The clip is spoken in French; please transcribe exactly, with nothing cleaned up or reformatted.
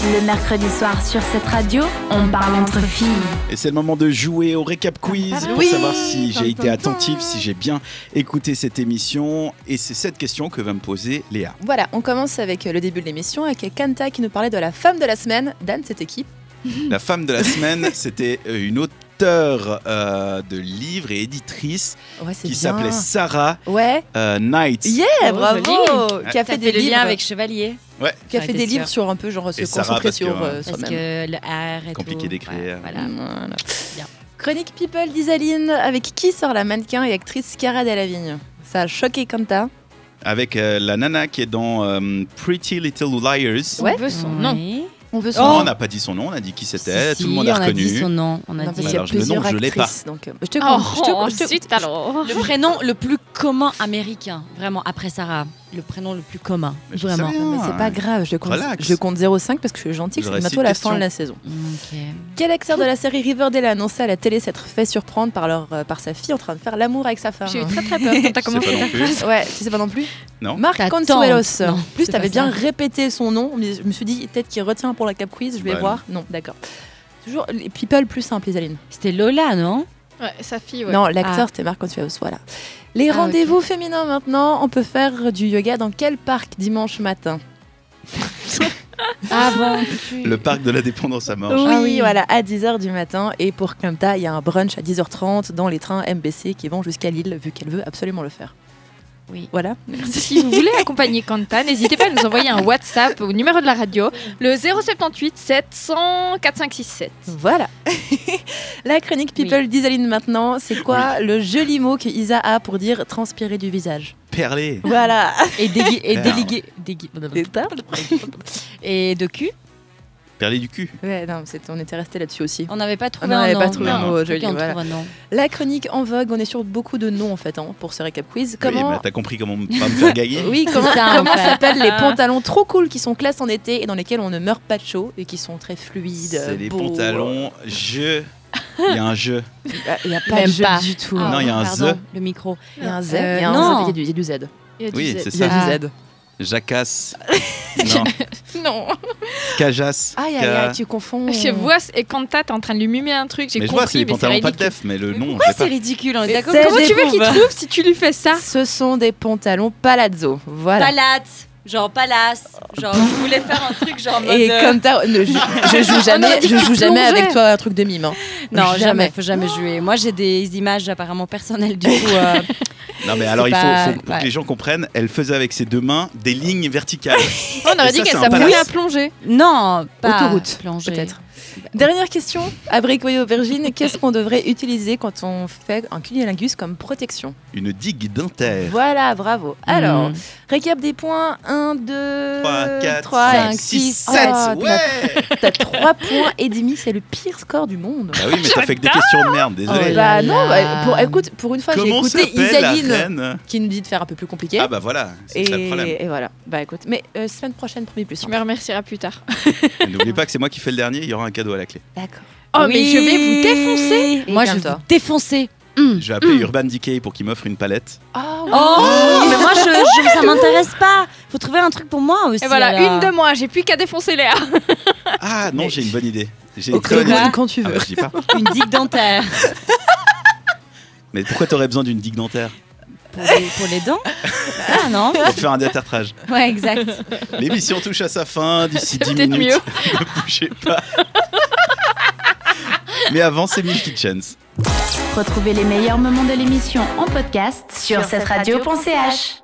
Le mercredi soir sur cette radio, on parle entre filles. Et c'est le moment de jouer au récap quiz pour oui. savoir si j'ai été attentif, si j'ai bien écouté cette émission. Et c'est cette question que va me poser Léa. Voilà, on commence avec le début de l'émission avec Kanta qui nous parlait de la femme de la semaine. Dan, c'était qui ? La femme de la semaine, c'était une auteure euh, de livres et éditrice Ouais, c'est qui bien. s'appelait Sarah Ouais. euh, Knight. Yeah, Oh, bravo. joli. Qui a Ça fait des le livres lien avec Chevalier. Ouais. qui a Ouais, fait t'es des sûr. livres sur un peu genre se Et Sarah, concentrer parce que, sur euh, euh, Parce soi-même. que le R et Compliqué tout. d'écrire. Ouais, voilà. Voilà. Bien. Chronique People d'Isaline avec qui sort la mannequin et actrice Cara Delevingne. Ça a choqué Kanta. Avec euh, la nana qui est dans euh, Pretty Little Liars. Ouais. On veut son nom. Oui. On veut Non, son on nom. n'a pas dit son nom, on a dit qui c'était, Si, tout le si, monde a on a reconnu. dit son nom. On a Non, dit. parce qu'il y a Alors, le nom, plusieurs je l'ai pas. actrices. Donc, euh, je te Oh, compte. je te compte, je te- zut alors. Le prénom le plus commun américain, vraiment, après Sarah. Le prénom le plus commun, Mais je sais vraiment. rien. Non, mais c'est pas grave, je compte, Relax. je compte zéro virgule cinq parce que je suis gentille, J'aurais c'est six bientôt la questions. fin de la saison. Ok. Quel acteur de la série Riverdale a annoncé à la télé s'être fait surprendre par, leur, euh, par sa fille en train de faire l'amour avec sa femme? J'ai eu très très peur quand t'as Je commencé sais pas ta non plus. phrase. Ouais, tu sais pas non plus. Non. Marc Ta Consuelos. tante. Non, En plus, c'est t'avais pas bien ça. répété son nom, mais je me suis dit peut-être qu'il retient pour la cap quiz, je vais Bah, voir. Non, d'accord. Toujours les people plus simples, Isaline. C'était Lola, non? Ouais, sa fille, ouais. Non, l'acteur Ah. c'était Marc Consuelos, voilà. Les Ah, rendez-vous féminins maintenant, on peut faire du yoga dans quel parc dimanche matin? Avant. Le parc de la dépendance à Morges. Oui, Ah oui. voilà, à dix heures du matin. Et pour Kanta, il y a un brunch à dix heures trente dans les trains M B C qui vont jusqu'à Lille, vu qu'elle veut absolument le faire. Oui. Voilà. Si vous voulez accompagner Kanta, n'hésitez pas à nous envoyer un WhatsApp au numéro de la radio, le zéro sept huit sept cent quatre cinq six sept. Voilà. La chronique People Oui. d'Isaline maintenant, c'est quoi le joli mot que Isa a pour dire transpirer du visage? Perlé. Voilà. Et, dégui- et Merde. délégué. dégui- Et de cul. Perlé du cul. Ouais, non, c'est- on était resté là-dessus aussi. On n'avait pas trouvé On un n'avait nom. pas trouvé un Non. mot Ok, joli, on voilà. trouve un nom. La chronique en vogue, on est sur beaucoup de noms en fait hein, pour ce récap quiz. Oui, Comment mais t'as compris comment pas me faire gagner. Oui, comment, C'est ça, en comment fait. s'appellent les pantalons trop cool qui sont classe en été et dans lesquels on ne meurt pas de chaud et qui sont très fluides. C'est les beaux. pantalons je. Il y a un je. Il n'y a pas Même de jeu pas. du tout. Ah, Non, il y a un pardon, Z. Le micro. Il y a un Z. Euh, il y a un non. Z, il y a du, il y a du Z. Il y a du Oui, Z. c'est Il y a ça. du Z. Jacasse. Non. Non. Cajas. Aïe, aïe, Ca- aïe, tu confonds. Je vois, et Kanta, t'es en train de lui mimer un truc, j'ai Mais je compris, vois, c'est les mais c'est pantalons pas de ridicule. def, mais le nom, Pourquoi je sais c'est pas. ridicule? On est Mais d'accord? c'est Comment des tu veux qu'il pauvres. trouve si tu lui fais ça? Ce sont des pantalons palazzo. Voilà. Palace. Genre palace. Genre, je voulais faire un truc genre mode. Et euh, comme t'as- ne- je, je joue On jamais, aurait dit je qu'il joue jamais plongeait. avec toi un truc de mime. hein. Non, jamais. Faut jamais jouer. Moi, j'ai des images apparemment personnelles du coup. euh, Non, mais alors il faut, pas- faut- pour ouais. que les gens comprennent, elle faisait avec ses deux mains des lignes verticales. On aurait Et dit ça, qu'elle c'est un s'apprenait palace. à plonger. Non, pas Autoroute, plonger. peut-être. Dernière question, abricot et aubergine, qu'est-ce qu'on devrait utiliser quand on fait un cunnilingus comme protection? Une digue dentaire. Voilà, bravo. Alors, Mm. récap des points, un, deux, trois, quatre, trois, cinq, et six, six. sept. Oh, Ouais. T'as trois points et demi, c'est le pire score du monde. Bah oui, mais t'as fait que des questions de merde, désolé. Oh là Bah là. non, bah, pour, écoute, pour une fois, j'ai Comment écouté s'appelle la Isaline reine qui nous dit de faire un peu plus compliqué. Ah bah voilà, c'est et, ça le problème. et voilà, bah écoute, mais euh, semaine prochaine, premier plus Tu simple. me remercieras plus tard. Et n'oubliez pas que c'est moi qui fais le dernier, il y aura un cadeau à la clé. D'accord. Oh, mais je vais vous défoncer. Et Moi, je vais calme-toi. vous défoncer. Je vais appeler Urban Decay pour qu'il m'offre une palette. Ah oui. Oh, mais moi, je, je- ça m'intéresse pas. Faut trouver un truc pour moi aussi. Et voilà, alors. une de moi, j'ai plus qu'à défoncer Léa. Ah non, Mais- j'ai une bonne idée. J'ai une Ok, très bonne quoi idée. quand tu Ah veux. bah, je dis pas. Une digue dentaire. Mais pourquoi t'aurais besoin d'une digue dentaire? Pour les, pour les dents. Ah non. Pour te faire un détartrage. Ouais, exact. L'émission touche à sa fin d'ici dix peut-être minutes. mieux. Ne bougez pas. Mais avant, c'est Mille Kitchens. Retrouvez les meilleurs moments de l'émission en podcast sur cette radio point c h.